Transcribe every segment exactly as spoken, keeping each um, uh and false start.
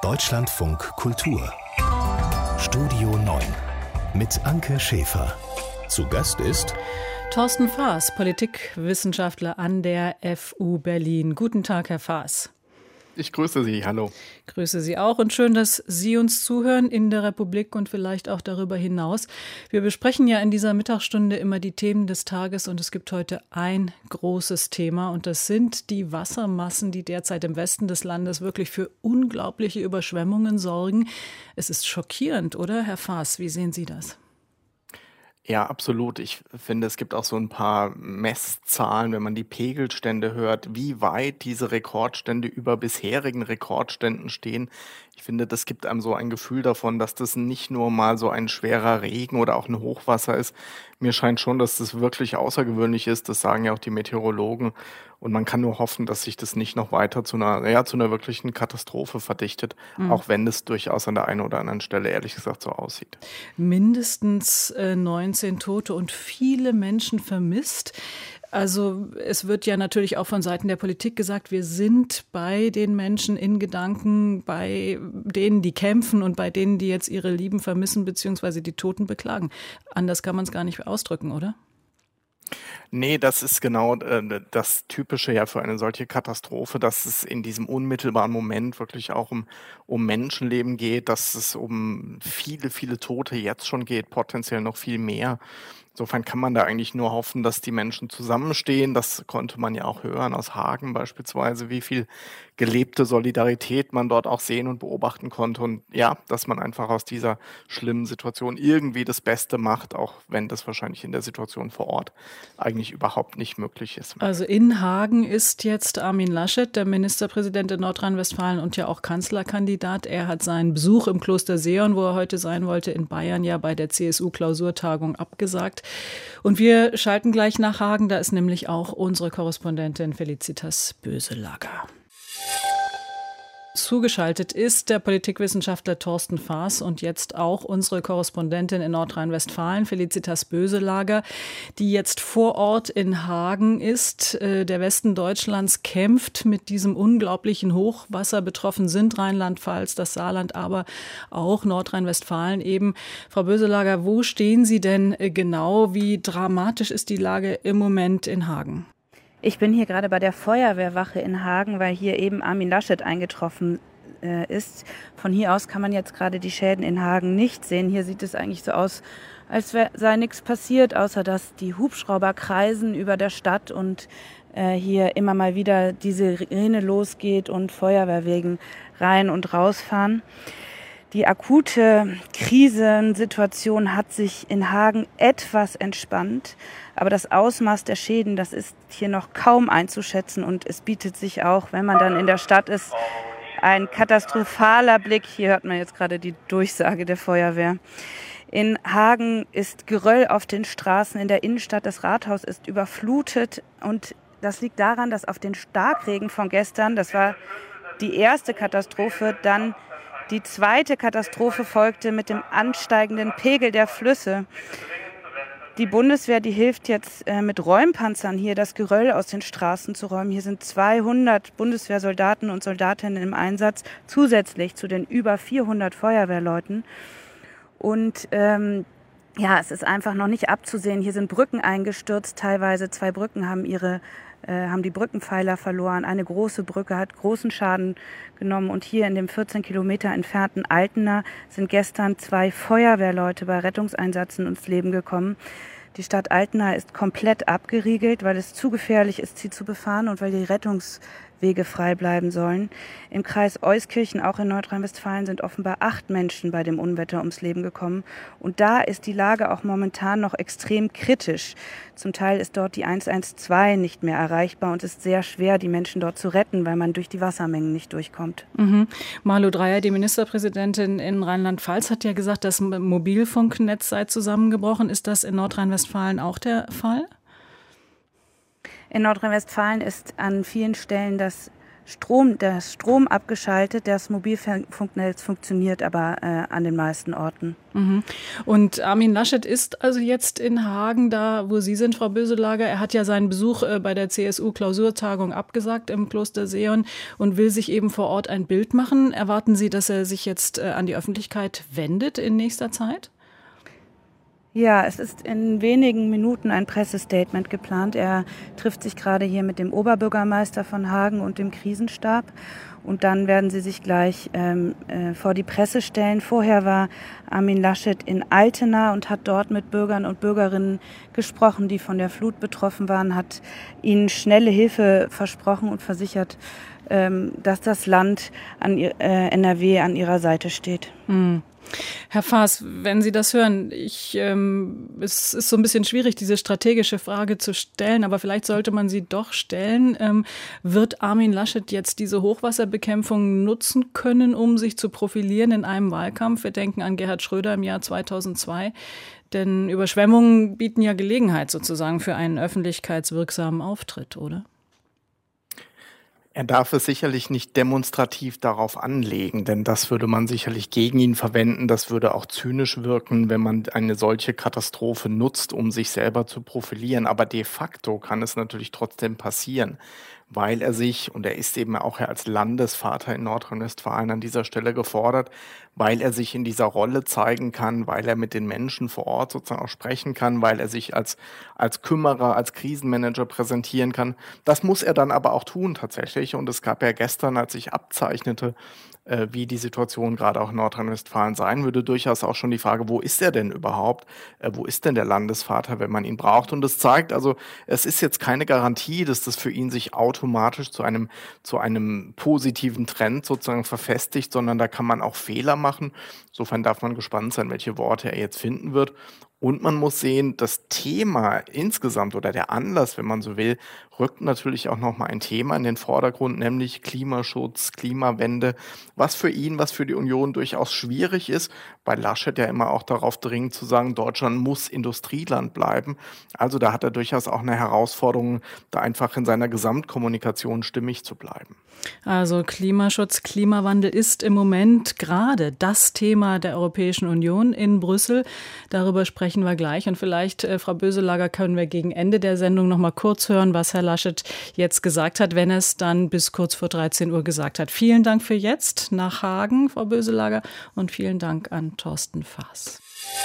Deutschlandfunk Kultur Studio neun mit Anke Schäfer. Zu Gast ist Thorsten Faas, Politikwissenschaftler an der F U Berlin. Guten Tag, Herr Faas. Ich grüße Sie, hallo. Grüße Sie auch und schön, dass Sie uns zuhören in der Republik und vielleicht auch darüber hinaus. Wir besprechen ja in dieser Mittagsstunde immer die Themen des Tages und es gibt heute ein großes Thema und das sind die Wassermassen, die derzeit im Westen des Landes wirklich für unglaubliche Überschwemmungen sorgen. Es ist schockierend, oder, Herr Faas? Wie sehen Sie das? Ja, absolut. Ich finde, es gibt auch so ein paar Messzahlen, wenn man die Pegelstände hört, wie weit diese Rekordstände über bisherigen Rekordständen stehen. Ich finde, das gibt einem so ein Gefühl davon, dass das nicht nur mal so ein schwerer Regen oder auch ein Hochwasser ist. Mir scheint schon, dass das wirklich außergewöhnlich ist. Das sagen ja auch die Meteorologen. Und man kann nur hoffen, dass sich das nicht noch weiter zu einer, ja, zu einer wirklichen Katastrophe verdichtet, mhm. auch wenn es durchaus an der einen oder anderen Stelle ehrlich gesagt so aussieht. Mindestens äh, neunzehn Tote und viele Menschen vermisst. Also es wird ja natürlich auch von Seiten der Politik gesagt, wir sind bei den Menschen in Gedanken, bei denen, die kämpfen und bei denen, die jetzt ihre Lieben vermissen bzw. die Toten beklagen. Anders kann man es gar nicht ausdrücken, oder? Nee, das ist genau äh, das Typische ja für eine solche Katastrophe, dass es in diesem unmittelbaren Moment wirklich auch um, um Menschenleben geht, dass es um viele, viele Tote jetzt schon geht, potenziell noch viel mehr. Insofern kann man da eigentlich nur hoffen, dass die Menschen zusammenstehen. Das konnte man ja auch hören aus Hagen beispielsweise, wie viel gelebte Solidarität man dort auch sehen und beobachten konnte. Und ja, dass man einfach aus dieser schlimmen Situation irgendwie das Beste macht, auch wenn das wahrscheinlich in der Situation vor Ort eigentlich überhaupt nicht möglich ist. Also in Hagen ist jetzt Armin Laschet, der Ministerpräsident in Nordrhein-Westfalen und ja auch Kanzlerkandidat. Er hat seinen Besuch im Kloster Seeon, wo er heute sein wollte, in Bayern ja bei der C S U-Klausurtagung abgesagt. Und wir schalten gleich nach Hagen, da ist nämlich auch unsere Korrespondentin Felicitas Böselager. Zugeschaltet ist der Politikwissenschaftler Thorsten Faas und jetzt auch unsere Korrespondentin in Nordrhein-Westfalen, Felicitas Böselager, die jetzt vor Ort in Hagen ist. Der Westen Deutschlands kämpft mit diesem unglaublichen Hochwasser. Betroffen sind Rheinland-Pfalz, das Saarland, aber auch Nordrhein-Westfalen eben. Frau Böselager, wo stehen Sie denn genau? Wie dramatisch ist die Lage im Moment in Hagen? Ich bin hier gerade bei der Feuerwehrwache in Hagen, weil hier eben Armin Laschet eingetroffen äh, ist. Von hier aus kann man jetzt gerade die Schäden in Hagen nicht sehen. Hier sieht es eigentlich so aus, als wär, sei nichts passiert, außer dass die Hubschrauber kreisen über der Stadt und äh, hier immer mal wieder die Sirene losgeht und Feuerwehrwegen rein und rausfahren. Die akute Krisensituation hat sich in Hagen etwas entspannt, aber das Ausmaß der Schäden, das ist hier noch kaum einzuschätzen und es bietet sich auch, wenn man dann in der Stadt ist, ein katastrophaler Blick. Hier hört man jetzt gerade die Durchsage der Feuerwehr. In Hagen ist Geröll auf den Straßen, in der Innenstadt, das Rathaus ist überflutet und das liegt daran, dass auf den Starkregen von gestern, das war die erste Katastrophe, dann die zweite Katastrophe folgte mit dem ansteigenden Pegel der Flüsse. Die Bundeswehr, die hilft jetzt äh, mit Räumpanzern hier das Geröll aus den Straßen zu räumen. Hier sind zweihundert Bundeswehrsoldaten und Soldatinnen im Einsatz, zusätzlich zu den über vierhundert Feuerwehrleuten. Und ähm, ja, es ist einfach noch nicht abzusehen. Hier sind Brücken eingestürzt, teilweise zwei Brücken haben ihre äh, haben die Brückenpfeiler verloren. Eine große Brücke hat großen Schaden genommen. Und hier in dem vierzehn Kilometer entfernten Altena sind gestern zwei Feuerwehrleute bei Rettungseinsätzen ums Leben gekommen. Die Stadt Altena ist komplett abgeriegelt, weil es zu gefährlich ist, sie zu befahren und weil die Rettungswege frei bleiben sollen. Im Kreis Euskirchen, auch in Nordrhein-Westfalen, sind offenbar acht Menschen bei dem Unwetter ums Leben gekommen. Und da ist die Lage auch momentan noch extrem kritisch. Zum Teil ist dort die eins eins zwei nicht mehr erreichbar und es ist sehr schwer, die Menschen dort zu retten, weil man durch die Wassermengen nicht durchkommt. Mhm. Malu Dreyer, die Ministerpräsidentin in Rheinland-Pfalz, hat ja gesagt, das Mobilfunknetz sei zusammengebrochen. Ist das in Nordrhein-Westfalen auch der Fall? In Nordrhein-Westfalen ist an vielen Stellen das Strom, der Strom abgeschaltet, das Mobilfunknetz funktioniert aber äh, an den meisten Orten. Mhm. Und Armin Laschet ist also jetzt in Hagen, da wo Sie sind, Frau Böselager. Er hat ja seinen Besuch äh, bei der C S U-Klausurtagung abgesagt im Kloster Seeon und will sich eben vor Ort ein Bild machen. Erwarten Sie, dass er sich jetzt äh, an die Öffentlichkeit wendet in nächster Zeit? Ja, es ist in wenigen Minuten ein Pressestatement geplant. Er trifft sich gerade hier mit dem Oberbürgermeister von Hagen und dem Krisenstab. Und dann werden sie sich gleich ähm, äh, vor die Presse stellen. Vorher war Armin Laschet in Altena und hat dort mit Bürgern und Bürgerinnen gesprochen, die von der Flut betroffen waren, hat ihnen schnelle Hilfe versprochen und versichert, ähm, dass das Land an äh, N R W an ihrer Seite steht. Mhm. Herr Faas, wenn Sie das hören, ich, ähm, es ist so ein bisschen schwierig, diese strategische Frage zu stellen, aber vielleicht sollte man sie doch stellen. Ähm, wird Armin Laschet jetzt diese Hochwasserbekämpfung nutzen können, um sich zu profilieren in einem Wahlkampf? Wir denken an Gerhard Schröder im Jahr zweitausendzwei, denn Überschwemmungen bieten ja Gelegenheit sozusagen für einen öffentlichkeitswirksamen Auftritt, oder? Er darf es sicherlich nicht demonstrativ darauf anlegen, denn das würde man sicherlich gegen ihn verwenden. Das würde auch zynisch wirken, wenn man eine solche Katastrophe nutzt, um sich selber zu profilieren. Aber de facto kann es natürlich trotzdem passieren, weil er sich, und er ist eben auch als Landesvater in Nordrhein-Westfalen an dieser Stelle gefordert, weil er sich in dieser Rolle zeigen kann, weil er mit den Menschen vor Ort sozusagen auch sprechen kann, weil er sich als, als Kümmerer, als Krisenmanager präsentieren kann. Das muss er dann aber auch tun tatsächlich. Und es gab ja gestern, als sich abzeichnete, äh, wie die Situation gerade auch in Nordrhein-Westfalen sein würde, durchaus auch schon die Frage, wo ist er denn überhaupt? Äh, wo ist denn der Landesvater, wenn man ihn braucht? Und das zeigt also, es ist jetzt keine Garantie, dass das für ihn sich automatisch zu einem, zu einem positiven Trend sozusagen verfestigt, sondern da kann man auch Fehler machen. Insofern darf man gespannt sein, welche Worte er jetzt finden wird. Und man muss sehen, das Thema insgesamt oder der Anlass, wenn man so will, rückt natürlich auch nochmal ein Thema in den Vordergrund, nämlich Klimaschutz, Klimawende, was für ihn, was für die Union durchaus schwierig ist, bei Laschet ja immer auch darauf dringt zu sagen, Deutschland muss Industrieland bleiben. Also da hat er durchaus auch eine Herausforderung, da einfach in seiner Gesamtkommunikation stimmig zu bleiben. Also Klimaschutz, Klimawandel ist im Moment gerade das Thema der Europäischen Union in Brüssel. Darüber sprechen wir gleich. Und vielleicht, äh, Frau Böselager, können wir gegen Ende der Sendung noch mal kurz hören, was Herr Laschet jetzt gesagt hat, wenn er es dann bis kurz vor dreizehn Uhr gesagt hat. Vielen Dank für jetzt nach Hagen, Frau Böselager, und vielen Dank an Thorsten Faas.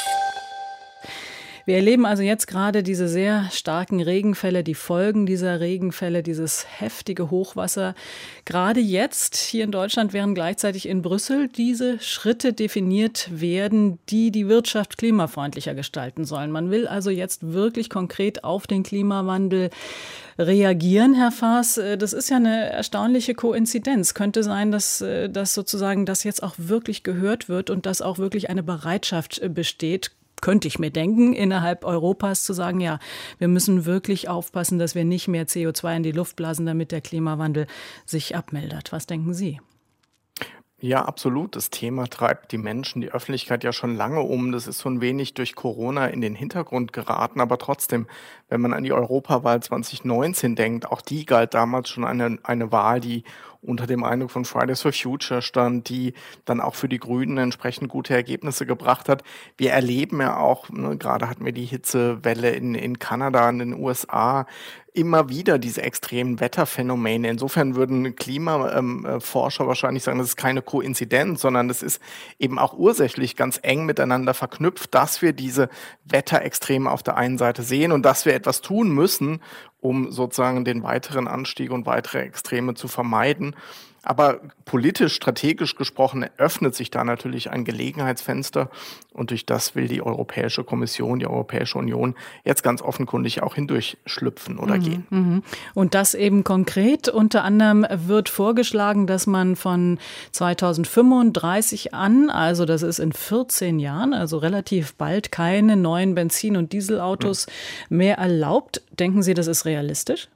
Wir erleben also jetzt gerade diese sehr starken Regenfälle, die Folgen dieser Regenfälle, dieses heftige Hochwasser. Gerade jetzt hier in Deutschland, während gleichzeitig in Brüssel diese Schritte definiert werden, die die Wirtschaft klimafreundlicher gestalten sollen. Man will also jetzt wirklich konkret auf den Klimawandel reagieren, Herr Faas. Das ist ja eine erstaunliche Koinzidenz. Könnte sein, dass, dass sozusagen das jetzt auch wirklich gehört wird und dass auch wirklich eine Bereitschaft besteht, könnte ich mir denken, innerhalb Europas zu sagen, ja, wir müssen wirklich aufpassen, dass wir nicht mehr C O zwei in die Luft blasen, damit der Klimawandel sich abmildert. Was denken Sie? Ja, absolut. Das Thema treibt die Menschen, die Öffentlichkeit ja schon lange um. Das ist so ein wenig durch Corona in den Hintergrund geraten. Aber trotzdem, wenn man an die Europawahl zwanzig neunzehn denkt, auch die galt damals schon eine, eine Wahl, die unter dem Eindruck von Fridays for Future stand, die dann auch für die Grünen entsprechend gute Ergebnisse gebracht hat. Wir erleben ja auch, ne, gerade hatten wir die Hitzewelle in, in Kanada, in den U S A, immer wieder diese extremen Wetterphänomene. Insofern würden Klimaforscher ähm, wahrscheinlich sagen, das ist keine Koinzidenz, sondern das ist eben auch ursächlich ganz eng miteinander verknüpft, dass wir diese Wetterextreme auf der einen Seite sehen und dass wir etwas tun müssen, um sozusagen den weiteren Anstieg und weitere Extreme zu vermeiden. Aber politisch, strategisch gesprochen, öffnet sich da natürlich ein Gelegenheitsfenster und durch das will die Europäische Kommission, die Europäische Union jetzt ganz offenkundig auch hindurch schlüpfen oder mhm, gehen. Mhm. Und das eben konkret. Unter anderem wird vorgeschlagen, dass man von zweitausendfünfunddreißig an, also das ist in vierzehn Jahren, also relativ bald, keine neuen Benzin- und Dieselautos mhm. mehr erlaubt. Denken Sie, das ist realistisch?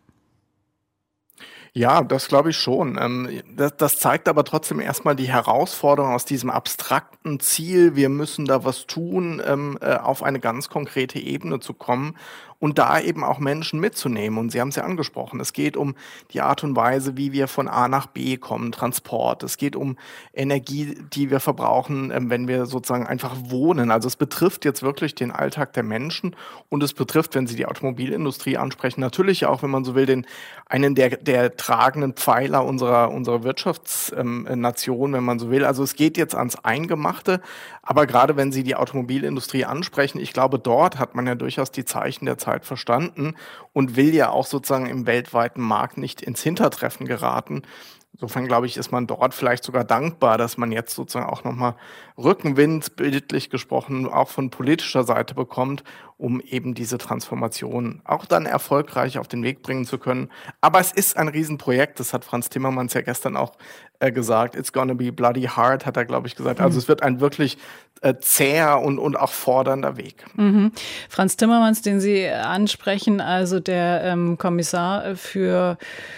Ja, das glaube ich schon. Das, das zeigt aber trotzdem erstmal die Herausforderung aus diesem abstrakten Ziel, wir müssen da was tun, auf eine ganz konkrete Ebene zu kommen. und da eben auch Menschen mitzunehmen. Und Sie haben es ja angesprochen, es geht um die Art und Weise, wie wir von A nach B kommen, Transport. Es geht um Energie, die wir verbrauchen, wenn wir sozusagen einfach wohnen. Also es betrifft jetzt wirklich den Alltag der Menschen und es betrifft, wenn Sie die Automobilindustrie ansprechen, natürlich auch, wenn man so will, den einen der, der tragenden Pfeiler unserer, unserer Wirtschaftsnation, wenn man so will. Also es geht jetzt ans Eingemachte, aber gerade wenn Sie die Automobilindustrie ansprechen, ich glaube, dort hat man ja durchaus die Zeichen der Zeit verstanden und will ja auch sozusagen im weltweiten Markt nicht ins Hintertreffen geraten. Insofern, glaube ich, ist man dort vielleicht sogar dankbar, dass man jetzt sozusagen auch nochmal Rückenwind, bildlich gesprochen, auch von politischer Seite bekommt, um eben diese Transformation auch dann erfolgreich auf den Weg bringen zu können. Aber es ist ein Riesenprojekt, das hat Frans Timmermans ja gestern auch äh, gesagt. It's gonna be bloody hard, hat er, glaube ich, gesagt. Also mhm. es wird ein wirklich äh, zäher und, und auch fordernder Weg. Mhm. Frans Timmermans, den Sie ansprechen, also der ähm, Kommissar für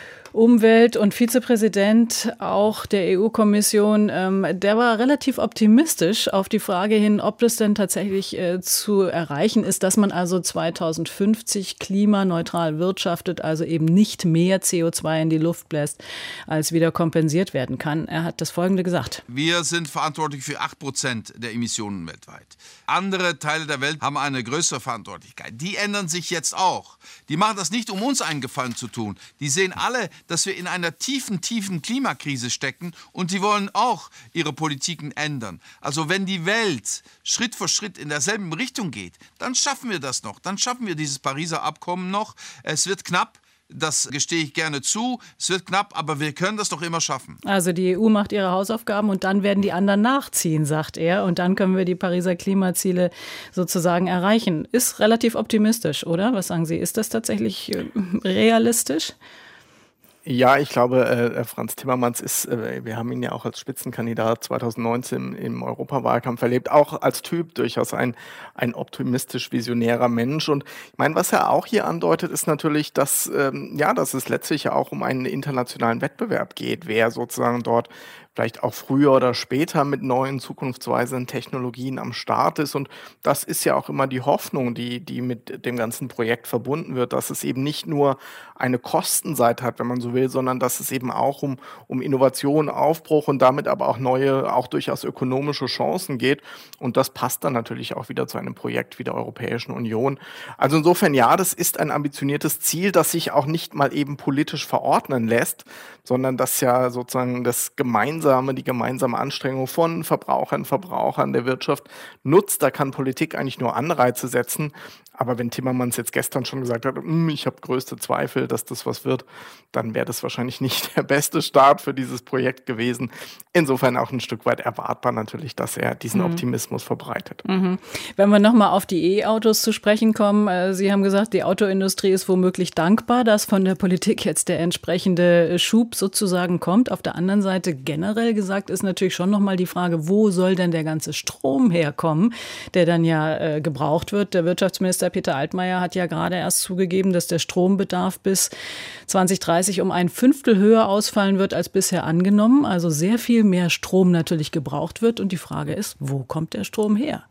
Umwelt und Vizepräsident auch der E U-Kommission, ähm, der war relativ optimistisch auf die Frage hin, ob es denn tatsächlich äh, zu erreichen ist, dass man also zweitausendfünfzig klimaneutral wirtschaftet, also eben nicht mehr C O zwei in die Luft bläst, als wieder kompensiert werden kann. Er hat das Folgende gesagt. Wir sind verantwortlich für acht Prozent der Emissionen weltweit. Andere Teile der Welt haben eine größere Verantwortlichkeit. Die ändern sich jetzt auch. Die machen das nicht, um uns einen Gefallen zu tun. Die sehen alle, dass wir in einer tiefen, tiefen Klimakrise stecken und die wollen auch ihre Politiken ändern. Also wenn die Welt Schritt für Schritt in derselben Richtung geht, dann schaffen wir das noch. Dann schaffen wir dieses Pariser Abkommen noch. Es wird knapp. Das gestehe ich gerne zu. Es wird knapp, aber wir können das doch immer schaffen. Also die E U macht ihre Hausaufgaben und dann werden die anderen nachziehen, sagt er. Und dann können wir die Pariser Klimaziele sozusagen erreichen. Ist relativ optimistisch, oder? Was sagen Sie? Ist das tatsächlich realistisch? Ja, ich glaube, äh, Frans Timmermans ist, äh, wir haben ihn ja auch als Spitzenkandidat zweitausendneunzehn im Europawahlkampf erlebt, auch als Typ durchaus ein, ein optimistisch visionärer Mensch. Und ich meine, was er auch hier andeutet, ist natürlich, dass, ähm, ja, dass es letztlich ja auch um einen internationalen Wettbewerb geht, wer sozusagen dort vielleicht auch früher oder später mit neuen zukunftsweisenden Technologien am Start ist. Und das ist ja auch immer die Hoffnung, die, die mit dem ganzen Projekt verbunden wird, dass es eben nicht nur eine Kostenseite hat, wenn man so will, sondern dass es eben auch um, um Innovation, Aufbruch und damit aber auch neue, auch durchaus ökonomische Chancen geht. Und das passt dann natürlich auch wieder zu einem Projekt wie der Europäischen Union. Also insofern, ja, das ist ein ambitioniertes Ziel, das sich auch nicht mal eben politisch verordnen lässt, sondern das ja sozusagen das gemeinsame die gemeinsame Anstrengung von Verbrauchern, Verbrauchern der Wirtschaft nutzt. Da kann Politik eigentlich nur Anreize setzen. Aber wenn Timmermans jetzt gestern schon gesagt hat, ich habe größte Zweifel, dass das was wird, dann wäre das wahrscheinlich nicht der beste Start für dieses Projekt gewesen. Insofern auch ein Stück weit erwartbar natürlich, dass er diesen mhm. Optimismus verbreitet. Mhm. Wenn wir nochmal auf die E-Autos zu sprechen kommen, Sie haben gesagt, die Autoindustrie ist womöglich dankbar, dass von der Politik jetzt der entsprechende Schub sozusagen kommt. Auf der anderen Seite generell gesagt ist natürlich schon nochmal die Frage, wo soll denn der ganze Strom herkommen, der dann ja äh, gebraucht wird. Der Wirtschaftsminister Peter Altmaier hat ja gerade erst zugegeben, dass der Strombedarf bis zwanzig dreißig um ein Fünftel höher ausfallen wird als bisher angenommen. Also sehr viel mehr Strom natürlich gebraucht wird. Und die Frage ist, wo kommt der Strom her?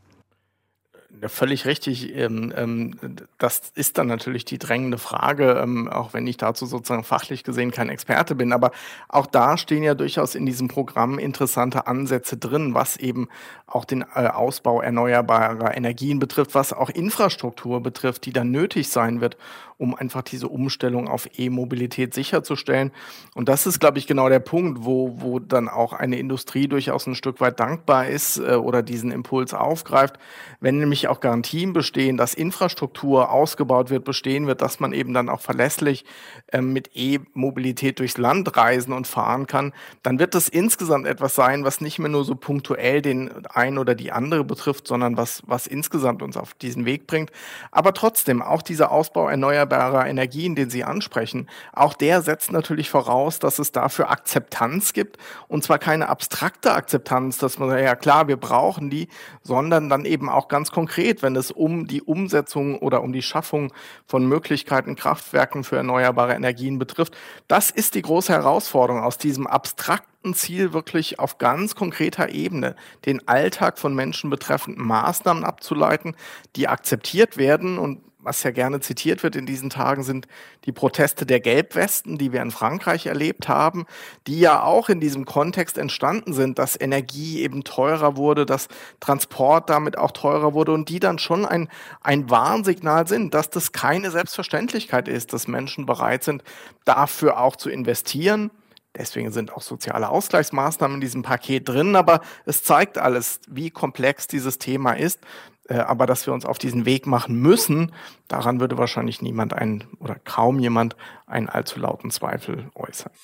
Ja, völlig richtig. Ähm, ähm, das ist dann natürlich die drängende Frage, ähm, auch wenn ich dazu sozusagen fachlich gesehen kein Experte bin. Aber auch da stehen ja durchaus in diesem Programm interessante Ansätze drin, was eben auch den äh, Ausbau erneuerbarer Energien betrifft, was auch Infrastruktur betrifft, die dann nötig sein wird, um einfach diese Umstellung auf E-Mobilität sicherzustellen. Und das ist, glaube ich, genau der Punkt, wo, wo dann auch eine Industrie durchaus ein Stück weit dankbar ist äh, oder diesen Impuls aufgreift, wenn nämlich auch Garantien bestehen, dass Infrastruktur ausgebaut wird, bestehen wird, dass man eben dann auch verlässlich äh, mit E-Mobilität durchs Land reisen und fahren kann, dann wird das insgesamt etwas sein, was nicht mehr nur so punktuell den einen oder die andere betrifft, sondern was, was insgesamt uns auf diesen Weg bringt. Aber trotzdem, auch dieser Ausbau erneuerbarer Energien, den Sie ansprechen, auch der setzt natürlich voraus, dass es dafür Akzeptanz gibt, und zwar keine abstrakte Akzeptanz, dass man sagt, ja klar, wir brauchen die, sondern dann eben auch ganz konkret, wenn es um die Umsetzung oder um die Schaffung von Möglichkeiten, Kraftwerken für erneuerbare Energien betrifft. Das ist die große Herausforderung, aus diesem abstrakten Ziel wirklich auf ganz konkreter Ebene den Alltag von Menschen betreffenden Maßnahmen abzuleiten, die akzeptiert werden und was ja gerne zitiert wird in diesen Tagen, sind die Proteste der Gelbwesten, die wir in Frankreich erlebt haben, die ja auch in diesem Kontext entstanden sind, dass Energie eben teurer wurde, dass Transport damit auch teurer wurde und die dann schon ein, ein Warnsignal sind, dass das keine Selbstverständlichkeit ist, dass Menschen bereit sind, dafür auch zu investieren. Deswegen sind auch soziale Ausgleichsmaßnahmen in diesem Paket drin, aber es zeigt alles, wie komplex dieses Thema ist. Aber dass wir uns auf diesen Weg machen müssen, daran würde wahrscheinlich niemand einen oder kaum jemand einen allzu lauten Zweifel äußern.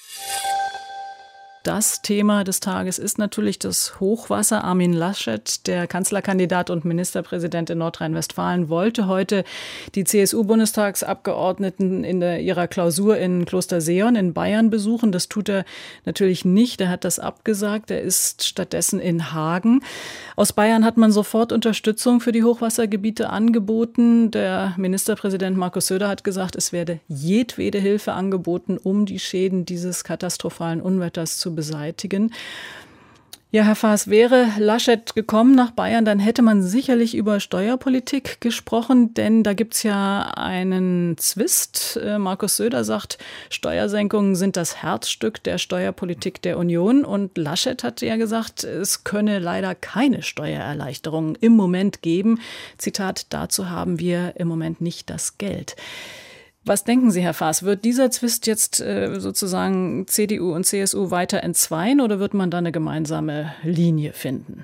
Das Thema des Tages ist natürlich das Hochwasser. Armin Laschet, der Kanzlerkandidat und Ministerpräsident in Nordrhein-Westfalen, wollte heute die C S U-Bundestagsabgeordneten in der, ihrer Klausur in Kloster Seeon in Bayern besuchen. Das tut er natürlich nicht. Er hat das abgesagt. Er ist stattdessen in Hagen. Aus Bayern hat man sofort Unterstützung für die Hochwassergebiete angeboten. Der Ministerpräsident Markus Söder hat gesagt, es werde jedwede Hilfe angeboten, um die Schäden dieses katastrophalen Unwetters zu beseitigen. Ja, Herr Faas, wäre Laschet gekommen nach Bayern, dann hätte man sicherlich über Steuerpolitik gesprochen, denn da gibt's ja einen Zwist. Markus Söder sagt, Steuersenkungen sind das Herzstück der Steuerpolitik der Union und Laschet hat ja gesagt, es könne leider keine Steuererleichterungen im Moment geben. Zitat, dazu haben wir im Moment nicht das Geld. Was denken Sie, Herr Faas? Wird dieser Zwist jetzt äh, sozusagen C D U und C S U weiter entzweien oder wird man da eine gemeinsame Linie finden?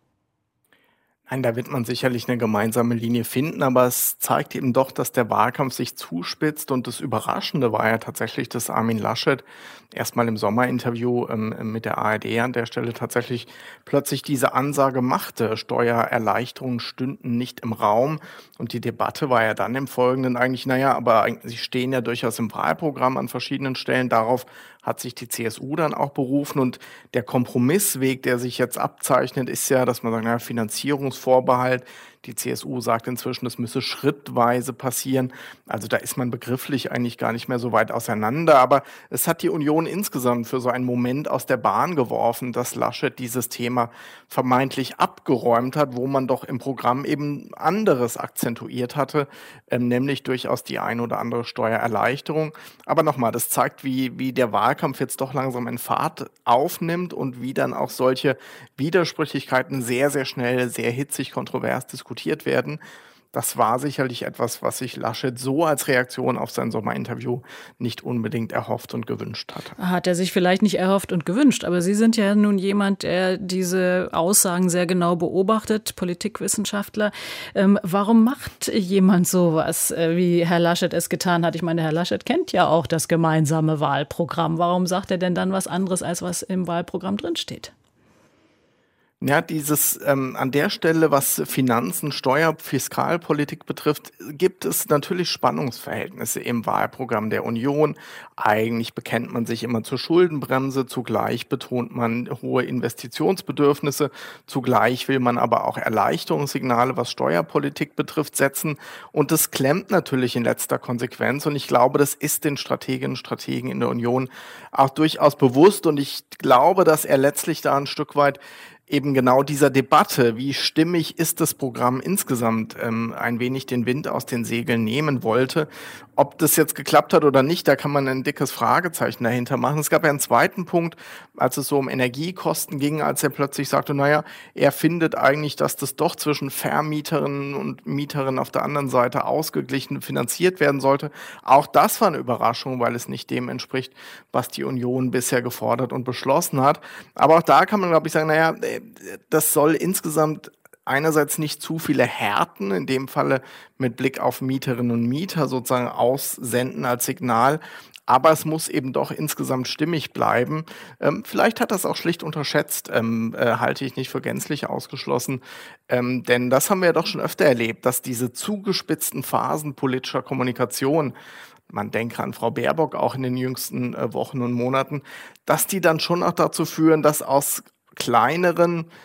Nein, da wird man sicherlich eine gemeinsame Linie finden, aber es zeigt eben doch, dass der Wahlkampf sich zuspitzt und das Überraschende war ja tatsächlich, dass Armin Laschet erstmal im Sommerinterview ähm, mit der A R D an der Stelle tatsächlich plötzlich diese Ansage machte, Steuererleichterungen stünden nicht im Raum und die Debatte war ja dann im Folgenden eigentlich, naja, aber sie stehen ja durchaus im Wahlprogramm an verschiedenen Stellen, darauf hat sich die C S U dann auch berufen und der Kompromissweg, der sich jetzt abzeichnet, ist ja, dass man sagt, naja, Finanzierungsvorbehalt, die C S U sagt inzwischen, das müsse schrittweise passieren. Also da ist man begrifflich eigentlich gar nicht mehr so weit auseinander. Aber es hat die Union insgesamt für so einen Moment aus der Bahn geworfen, dass Laschet dieses Thema vermeintlich abgeräumt hat, wo man doch im Programm eben anderes akzentuiert hatte, ähm, nämlich durchaus die ein oder andere Steuererleichterung. Aber nochmal, das zeigt, wie, wie der Wahlkampf jetzt doch langsam in Fahrt aufnimmt und wie dann auch solche Widersprüchlichkeiten sehr, sehr schnell, sehr hitzig, kontrovers diskutiert werden. Das war sicherlich etwas, was sich Laschet so als Reaktion auf sein Sommerinterview nicht unbedingt erhofft und gewünscht hat. Hat er sich vielleicht nicht erhofft und gewünscht, aber Sie sind ja nun jemand, der diese Aussagen sehr genau beobachtet, Politikwissenschaftler. Ähm, warum macht jemand sowas, äh, wie Herr Laschet es getan hat? Ich meine, Herr Laschet kennt ja auch das gemeinsame Wahlprogramm. Warum sagt er denn dann was anderes, als was im Wahlprogramm drinsteht? Ja, dieses ähm, an der Stelle, was Finanzen, Steuer, Fiskalpolitik betrifft, gibt es natürlich Spannungsverhältnisse im Wahlprogramm der Union. Eigentlich bekennt man sich immer zur Schuldenbremse, zugleich betont man hohe Investitionsbedürfnisse, zugleich will man aber auch Erleichterungssignale, was Steuerpolitik betrifft, setzen. Und das klemmt natürlich in letzter Konsequenz. Und ich glaube, das ist den Strateginnen und Strategen in der Union auch durchaus bewusst. Und ich glaube, dass er letztlich da ein Stück weit eben genau dieser Debatte, wie stimmig ist das Programm insgesamt, ähm, ein wenig den Wind aus den Segeln nehmen wollte. Ob das jetzt geklappt hat oder nicht, da kann man ein dickes Fragezeichen dahinter machen. Es gab ja einen zweiten Punkt, als es so um Energiekosten ging, als er plötzlich sagte, naja, er findet eigentlich, dass das doch zwischen Vermieterinnen und Mieterinnen auf der anderen Seite ausgeglichen finanziert werden sollte. Auch das war eine Überraschung, weil es nicht dem entspricht, was die Union bisher gefordert und beschlossen hat. Aber auch da kann man, glaube ich, sagen, naja, das soll insgesamt einerseits nicht zu viele Härten, in dem Falle mit Blick auf Mieterinnen und Mieter sozusagen aussenden als Signal, aber es muss eben doch insgesamt stimmig bleiben. Ähm, vielleicht hat das auch schlicht unterschätzt, ähm, äh, halte ich nicht für gänzlich ausgeschlossen, ähm, denn das haben wir ja doch schon öfter erlebt, dass diese zugespitzten Phasen politischer Kommunikation, man denke an Frau Baerbock auch in den jüngsten äh, Wochen und Monaten, dass die dann schon auch dazu führen, dass aus kleineren,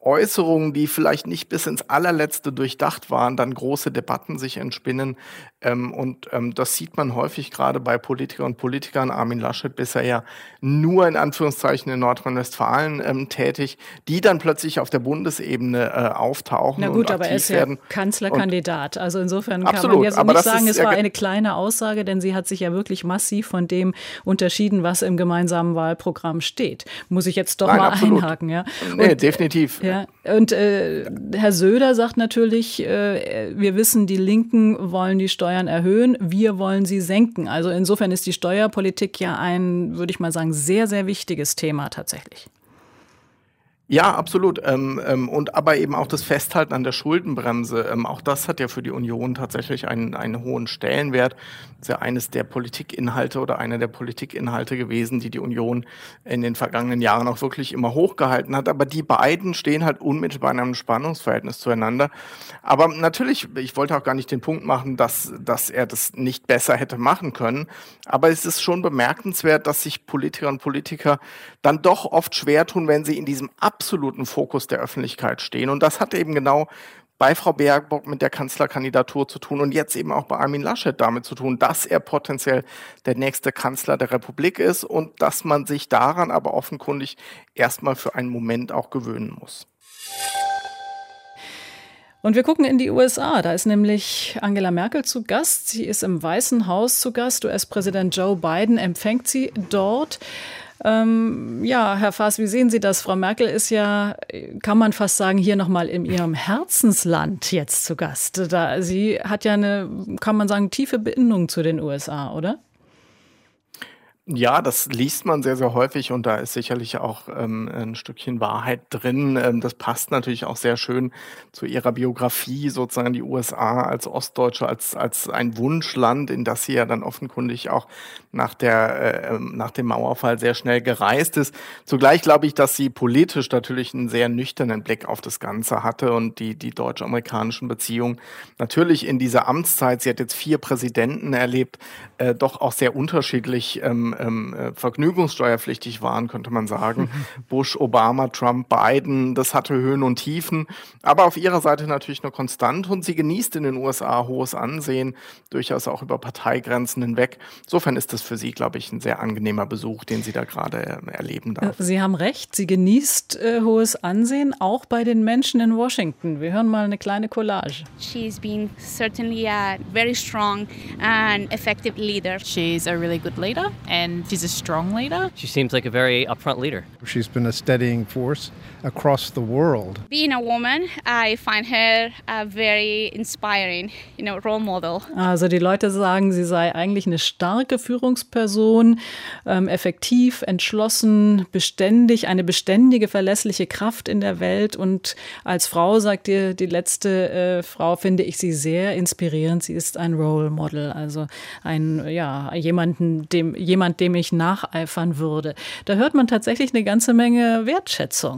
Äußerungen, die vielleicht nicht bis ins Allerletzte durchdacht waren, dann große Debatten sich entspinnen. Ähm, und ähm, das sieht man häufig gerade bei Politikern und Politikern. Armin Laschet bisher ja nur in Anführungszeichen in Nordrhein-Westfalen ähm, tätig, die dann plötzlich auf der Bundesebene äh, auftauchen. Na gut, und aber er ist ja werden. Kanzlerkandidat. Also insofern Absolut, kann man jetzt aber nicht das sagen, ist es war ja eine kleine Aussage, denn sie hat sich ja wirklich massiv von dem unterschieden, was im gemeinsamen Wahlprogramm steht. Muss ich jetzt doch Nein, mal absolut. einhaken. Ja? Nee, und, definitiv. Ja, und äh, Herr Söder sagt natürlich, äh, wir wissen, die Linken wollen die Steuern erhöhen, wir wollen sie senken. Also insofern ist die Steuerpolitik ja ein, würde ich mal sagen, sehr, sehr wichtiges Thema tatsächlich. Ja, absolut. Ähm, ähm, und aber eben auch das Festhalten an der Schuldenbremse. Ähm, auch das hat ja für die Union tatsächlich einen, einen hohen Stellenwert. Das ist ja eines der Politikinhalte oder einer der Politikinhalte gewesen, die die Union in den vergangenen Jahren auch wirklich immer hochgehalten hat. Aber die beiden stehen halt unmittelbar in einem Spannungsverhältnis zueinander. Aber natürlich, ich wollte auch gar nicht den Punkt machen, dass, dass er das nicht besser hätte machen können. Aber es ist schon bemerkenswert, dass sich Politiker und Politiker dann doch oft schwer tun, wenn sie in diesem absoluten Fokus der Öffentlichkeit stehen. Und das hat eben genau bei Frau Baerbock mit der Kanzlerkandidatur zu tun und jetzt eben auch bei Armin Laschet damit zu tun, dass er potenziell der nächste Kanzler der Republik ist und dass man sich daran aber offenkundig erstmal für einen Moment auch gewöhnen muss. Und wir gucken in die U S A. Da ist nämlich Angela Merkel zu Gast. Sie ist im Weißen Haus zu Gast. U S-Präsident Joe Biden empfängt sie dort. Ähm, ja, Herr Faas, wie sehen Sie das? Frau Merkel ist ja, kann man fast sagen, hier nochmal in ihrem Herzensland jetzt zu Gast. Da, sie hat ja eine, kann man sagen, tiefe Bindung zu den U S A, oder? Ja, das liest man sehr, sehr häufig und da ist sicherlich auch ähm, ein Stückchen Wahrheit drin. Ähm, das passt natürlich auch sehr schön zu ihrer Biografie, sozusagen die U S A als Ostdeutsche, als, als ein Wunschland, in das sie ja dann offenkundig auch nach, der, äh, nach dem Mauerfall sehr schnell gereist ist. Zugleich glaube ich, dass sie politisch natürlich einen sehr nüchternen Blick auf das Ganze hatte und die, die deutsch-amerikanischen Beziehungen natürlich in dieser Amtszeit, sie hat jetzt vier Präsidenten erlebt, äh, doch auch sehr unterschiedlich ähm, Ähm, vergnügungssteuerpflichtig waren, könnte man sagen. Bush, Obama, Trump, Biden, das hatte Höhen und Tiefen, aber auf ihrer Seite natürlich nur konstant und sie genießt in den U S A hohes Ansehen, durchaus auch über Parteigrenzen hinweg. Insofern ist das für sie, glaube ich, ein sehr angenehmer Besuch, den sie da gerade äh, erleben darf. Sie haben recht, sie genießt äh, hohes Ansehen, auch bei den Menschen in Washington. Wir hören mal eine kleine Collage. She's been certainly a very strong and effective leader. She's a really good leader and she's a strong leader. She seems like a very upfront leader. She's been a steadying force across the world. Being a woman, I find her a very inspiring, you know, role model. Also die Leute sagen, sie sei eigentlich eine starke Führungsperson, ähm, effektiv, entschlossen, beständig, eine beständige, verlässliche Kraft in der Welt. Und als Frau, sagt ihr die letzte äh, Frau, finde ich sie sehr inspirierend. Sie ist ein Role Model, also ein, ja, jemanden, dem, jemand, dem ich nacheifern würde. Da hört man tatsächlich eine ganze Menge Wertschätzung.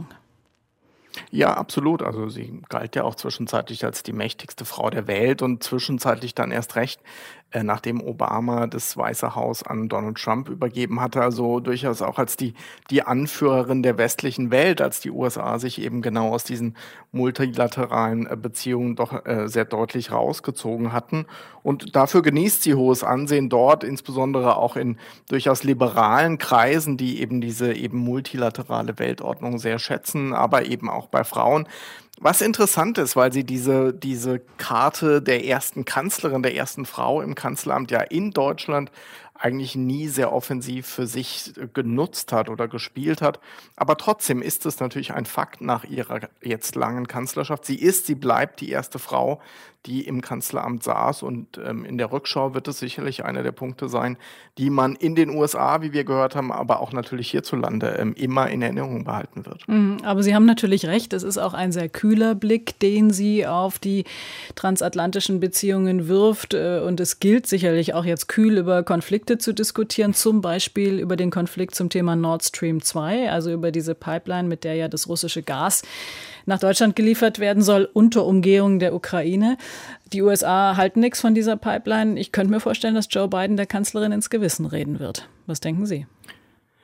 Ja, absolut. Also sie galt ja auch zwischenzeitlich als die mächtigste Frau der Welt und zwischenzeitlich dann erst recht, äh, nachdem Obama das Weiße Haus an Donald Trump übergeben hatte. Also durchaus auch als die, die Anführerin der westlichen Welt, als die U S A sich eben genau aus diesen multilateralen äh, Beziehungen doch äh, sehr deutlich rausgezogen hatten. Und dafür genießt sie hohes Ansehen dort, insbesondere auch in durchaus liberalen Kreisen, die eben diese eben multilaterale Weltordnung sehr schätzen, aber eben auch bei Frauen. Was interessant ist, weil sie diese, diese Karte der ersten Kanzlerin, der ersten Frau im Kanzleramt ja in Deutschland eigentlich nie sehr offensiv für sich genutzt hat oder gespielt hat. Aber trotzdem ist es natürlich ein Fakt nach ihrer jetzt langen Kanzlerschaft. Sie ist, sie bleibt die erste Frau, die im Kanzleramt saß. Und ähm, in der Rückschau wird es sicherlich einer der Punkte sein, die man in den U S A, wie wir gehört haben, aber auch natürlich hierzulande ähm, immer in Erinnerung behalten wird. Mhm, aber Sie haben natürlich recht, es ist auch ein sehr kühler Blick, den sie auf die transatlantischen Beziehungen wirft. Und es gilt sicherlich auch jetzt kühl über Konflikte zu diskutieren, zum Beispiel über den Konflikt zum Thema Nord Stream zwei, also über diese Pipeline, mit der ja das russische Gas nach Deutschland geliefert werden soll, unter Umgehung der Ukraine. Die U S A halten nichts von dieser Pipeline. Ich könnte mir vorstellen, dass Joe Biden der Kanzlerin ins Gewissen reden wird. Was denken Sie?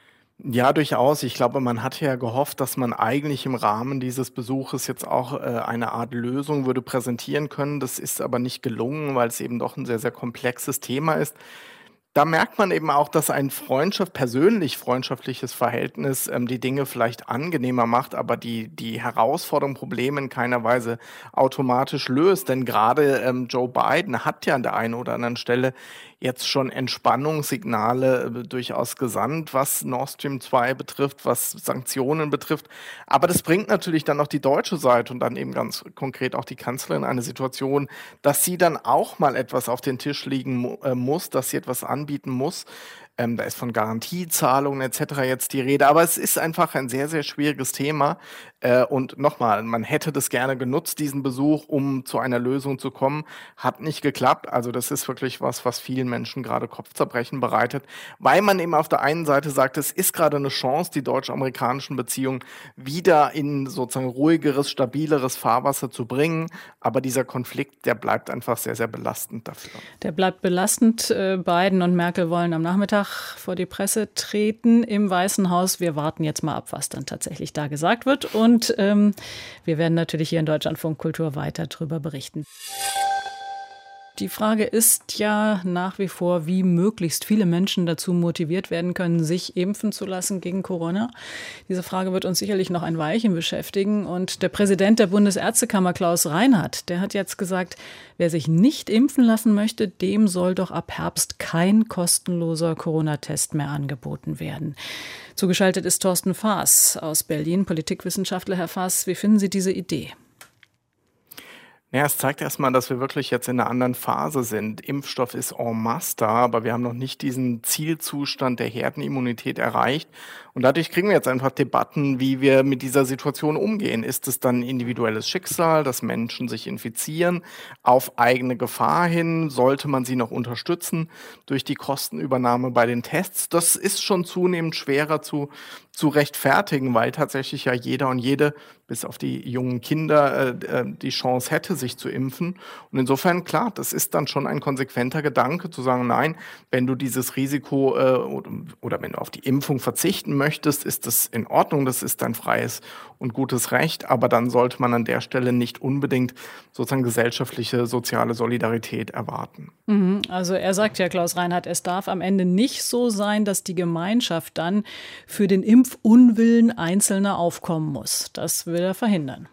Ja, durchaus. Ich glaube, man hatte ja gehofft, dass man eigentlich im Rahmen dieses Besuches jetzt auch äh, eine Art Lösung würde präsentieren können. Das ist aber nicht gelungen, weil es eben doch ein sehr, sehr komplexes Thema ist. Da merkt man eben auch, dass ein Freundschaft, persönlich freundschaftliches Verhältnis ähm, die Dinge vielleicht angenehmer macht, aber die, die Herausforderungen, Probleme in keiner Weise automatisch löst. Denn gerade ähm, Joe Biden hat ja an der einen oder anderen Stelle jetzt schon Entspannungssignale äh, durchaus gesandt, was Nord Stream zwei betrifft, was Sanktionen betrifft. Aber das bringt natürlich dann auch die deutsche Seite und dann eben ganz konkret auch die Kanzlerin in eine Situation, dass sie dann auch mal etwas auf den Tisch legen mu- äh, muss, dass sie etwas anbieten muss. Ähm, da ist von Garantiezahlungen et cetera jetzt die Rede. Aber es ist einfach ein sehr, sehr schwieriges Thema. Äh, und nochmal, man hätte das gerne genutzt, diesen Besuch, um zu einer Lösung zu kommen. Hat nicht geklappt. Also das ist wirklich was, was vielen Menschen gerade Kopfzerbrechen bereitet. Weil man eben auf der einen Seite sagt, es ist gerade eine Chance, die deutsch-amerikanischen Beziehungen wieder in sozusagen ruhigeres, stabileres Fahrwasser zu bringen. Aber dieser Konflikt, der bleibt einfach sehr, sehr belastend dafür. Der bleibt belastend. Biden und Merkel wollen am Nachmittag vor die Presse treten im Weißen Haus. Wir warten jetzt mal ab, was dann tatsächlich da gesagt wird. Und ähm, wir werden natürlich hier in Deutschlandfunk Kultur weiter darüber berichten. Die Frage ist ja nach wie vor, wie möglichst viele Menschen dazu motiviert werden können, sich impfen zu lassen gegen Corona. Diese Frage wird uns sicherlich noch ein Weilchen beschäftigen. Und der Präsident der Bundesärztekammer, Klaus Reinhardt, der hat jetzt gesagt, wer sich nicht impfen lassen möchte, dem soll doch ab Herbst kein kostenloser Corona-Test mehr angeboten werden. Zugeschaltet ist Thorsten Faas aus Berlin, Politikwissenschaftler. Herr Faas, wie finden Sie diese Idee? Ja, es zeigt erstmal, dass wir wirklich jetzt in einer anderen Phase sind. Impfstoff ist en masse da, aber wir haben noch nicht diesen Zielzustand der Herdenimmunität erreicht. Und dadurch kriegen wir jetzt einfach Debatten, wie wir mit dieser Situation umgehen. Ist es dann individuelles Schicksal, dass Menschen sich infizieren auf eigene Gefahr hin? Sollte man sie noch unterstützen durch die Kostenübernahme bei den Tests? Das ist schon zunehmend schwerer zu, zu rechtfertigen, weil tatsächlich ja jeder und jede, bis auf die jungen Kinder, äh, die Chance hätte, sich zu impfen. Und insofern, klar, das ist dann schon ein konsequenter Gedanke, zu sagen, nein, wenn du dieses Risiko äh, oder, oder wenn du auf die Impfung verzichten möchtest, ist das in Ordnung, das ist dein freies und gutes Recht, aber dann sollte man an der Stelle nicht unbedingt sozusagen gesellschaftliche, soziale Solidarität erwarten. Mhm, also er sagt ja, Klaus Reinhardt, es darf am Ende nicht so sein, dass die Gemeinschaft dann für den Impfunwillen Einzelner aufkommen muss. Das will er verhindern.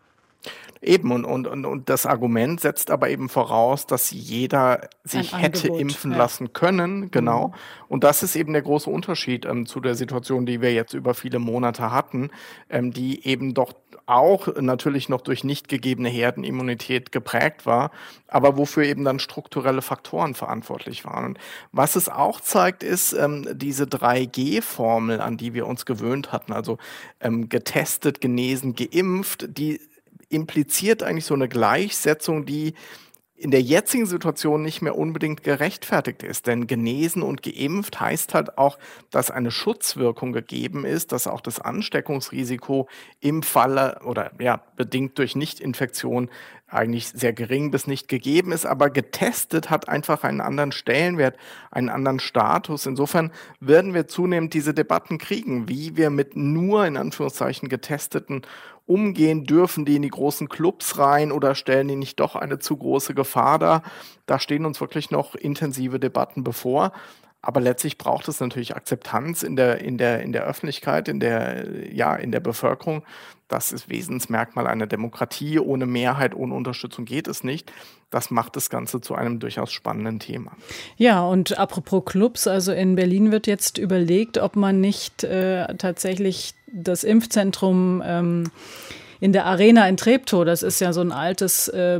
Eben, und, und, und, und das Argument setzt aber eben voraus, dass jeder sich Ein hätte Angebot, impfen ja. lassen können, genau. Mhm. Und das ist eben der große Unterschied ähm, zu der Situation, die wir jetzt über viele Monate hatten, ähm, die eben doch auch natürlich noch durch nicht gegebene Herdenimmunität geprägt war, aber wofür eben dann strukturelle Faktoren verantwortlich waren. Und was es auch zeigt, ist ähm, diese drei G Formel, an die wir uns gewöhnt hatten, also ähm, getestet, genesen, geimpft, die impliziert eigentlich so eine Gleichsetzung, die in der jetzigen Situation nicht mehr unbedingt gerechtfertigt ist. Denn genesen und geimpft heißt halt auch, dass eine Schutzwirkung gegeben ist, dass auch das Ansteckungsrisiko im Falle oder ja bedingt durch Nichtinfektion eigentlich sehr gering bis nicht gegeben ist. Aber getestet hat einfach einen anderen Stellenwert, einen anderen Status. Insofern werden wir zunehmend diese Debatten kriegen, wie wir mit nur in Anführungszeichen Getesteten umgehen, dürfen die in die großen Clubs rein oder stellen die nicht doch eine zu große Gefahr dar? Da stehen uns wirklich noch intensive Debatten bevor. Aber letztlich braucht es natürlich Akzeptanz in der, in der, in der Öffentlichkeit, in der, ja, in der Bevölkerung. Das ist Wesensmerkmal einer Demokratie. Ohne Mehrheit, ohne Unterstützung geht es nicht. Das macht das Ganze zu einem durchaus spannenden Thema. Ja, und apropos Clubs, also in Berlin wird jetzt überlegt, ob man nicht äh, tatsächlich das Impfzentrum ähm, in der Arena in Treptow, das ist ja so ein altes äh,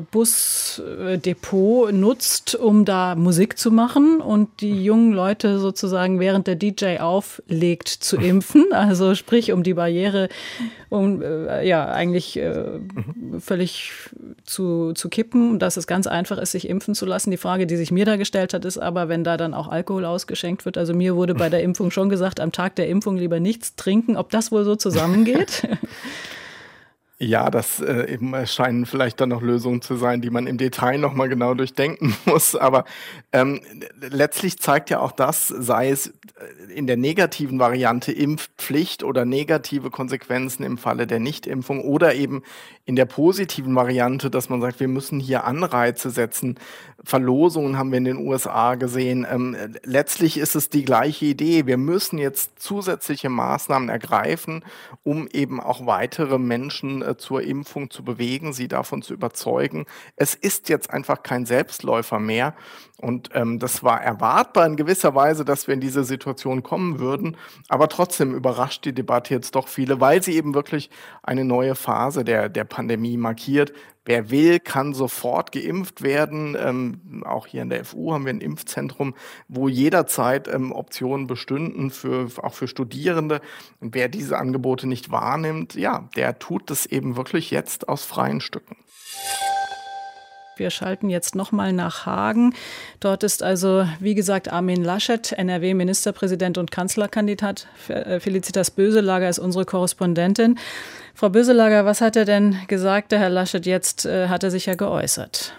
Busdepot, nutzt, um da Musik zu machen und die jungen Leute sozusagen während der D J auflegt zu impfen. Also sprich, um die Barriere um äh, ja eigentlich äh, völlig zu, zu kippen, dass es ganz einfach ist, sich impfen zu lassen. Die Frage, die sich mir da gestellt hat, ist aber, wenn da dann auch Alkohol ausgeschenkt wird. Also mir wurde bei der Impfung schon gesagt, am Tag der Impfung lieber nichts trinken, ob das wohl so zusammengeht. Ja, das äh, eben scheinen vielleicht dann noch Lösungen zu sein, die man im Detail nochmal genau durchdenken muss. Aber ähm, letztlich zeigt ja auch das, sei es in der negativen Variante Impfpflicht oder negative Konsequenzen im Falle der Nichtimpfung oder eben in der positiven Variante, dass man sagt, wir müssen hier Anreize setzen. Verlosungen haben wir in den U S A gesehen. Ähm, letztlich ist es die gleiche Idee. Wir müssen jetzt zusätzliche Maßnahmen ergreifen, um eben auch weitere Menschen äh, zur Impfung zu bewegen, sie davon zu überzeugen. Es ist jetzt einfach kein Selbstläufer mehr. Und ähm, das war erwartbar in gewisser Weise, dass wir in diese Situation kommen würden. Aber trotzdem überrascht die Debatte jetzt doch viele, weil sie eben wirklich eine neue Phase der, der Pandemie markiert. Wer will, kann sofort geimpft werden. Ähm, auch hier in der F U haben wir ein Impfzentrum, wo jederzeit ähm, Optionen bestünden, für, auch für Studierende. Und wer diese Angebote nicht wahrnimmt, ja, der tut das eben wirklich jetzt aus freien Stücken. Wir schalten jetzt nochmal nach Hagen. Dort ist also, wie gesagt, Armin Laschet, N R W-Ministerpräsident und Kanzlerkandidat. Felicitas Böselager ist unsere Korrespondentin. Frau Böselager, was hat er denn gesagt, der Herr Laschet? Jetzt äh, hat er sich ja geäußert.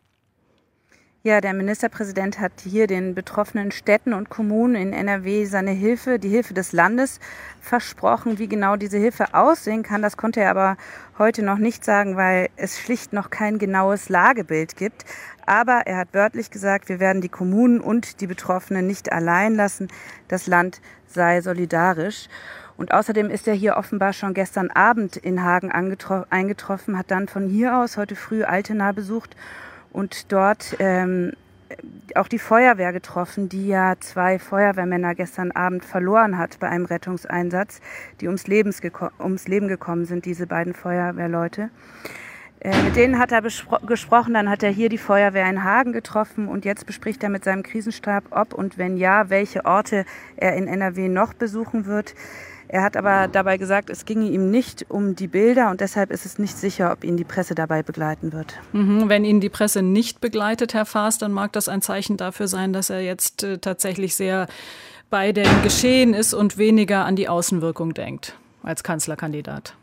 Ja, der Ministerpräsident hat hier den betroffenen Städten und Kommunen in N R W seine Hilfe, die Hilfe des Landes versprochen. Wie genau diese Hilfe aussehen kann, das konnte er aber heute noch nicht sagen, weil es schlicht noch kein genaues Lagebild gibt. Aber er hat wörtlich gesagt, wir werden die Kommunen und die Betroffenen nicht allein lassen. Das Land sei solidarisch. Und außerdem ist er hier offenbar schon gestern Abend in Hagen eingetroffen, hat dann von hier aus heute früh Altena besucht und dort ähm, auch die Feuerwehr getroffen, die ja zwei Feuerwehrmänner gestern Abend verloren hat bei einem Rettungseinsatz, die ums, Lebens geko- ums Leben gekommen sind, diese beiden Feuerwehrleute. Äh, mit denen hat er bespro- gesprochen, dann hat er hier die Feuerwehr in Hagen getroffen und jetzt bespricht er mit seinem Krisenstab, ob und wenn ja, welche Orte er in N R W noch besuchen wird. Er hat aber dabei gesagt, es ginge ihm nicht um die Bilder und deshalb ist es nicht sicher, ob ihn die Presse dabei begleiten wird. Mhm, wenn ihn die Presse nicht begleitet, Herr Faas, dann mag das ein Zeichen dafür sein, dass er jetzt äh, tatsächlich sehr bei dem Geschehen ist und weniger an die Außenwirkung denkt als Kanzlerkandidat.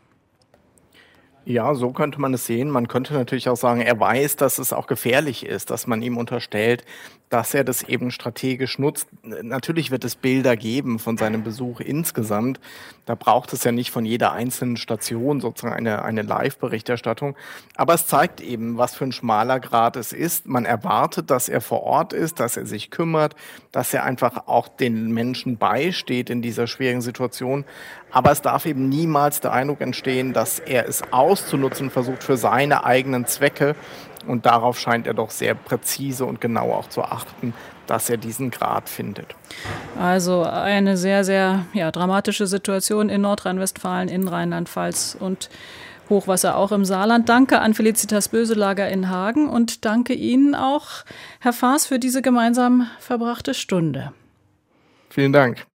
Ja, so könnte man es sehen. Man könnte natürlich auch sagen, er weiß, dass es auch gefährlich ist, dass man ihm unterstellt, dass er das eben strategisch nutzt. Natürlich wird es Bilder geben von seinem Besuch insgesamt. Da braucht es ja nicht von jeder einzelnen Station sozusagen eine, eine Live-Berichterstattung. Aber es zeigt eben, was für ein schmaler Grat es ist. Man erwartet, dass er vor Ort ist, dass er sich kümmert, dass er einfach auch den Menschen beisteht in dieser schwierigen Situation. Aber es darf eben niemals der Eindruck entstehen, dass er es auszunutzen versucht für seine eigenen Zwecke. Und darauf scheint er doch sehr präzise und genau auch zu achten, dass er diesen Grad findet. Also eine sehr, sehr ja, dramatische Situation in Nordrhein-Westfalen, in Rheinland-Pfalz und Hochwasser auch im Saarland. Danke an Felicitas Böselager in Hagen und danke Ihnen auch, Herr Faas, für diese gemeinsam verbrachte Stunde. Vielen Dank.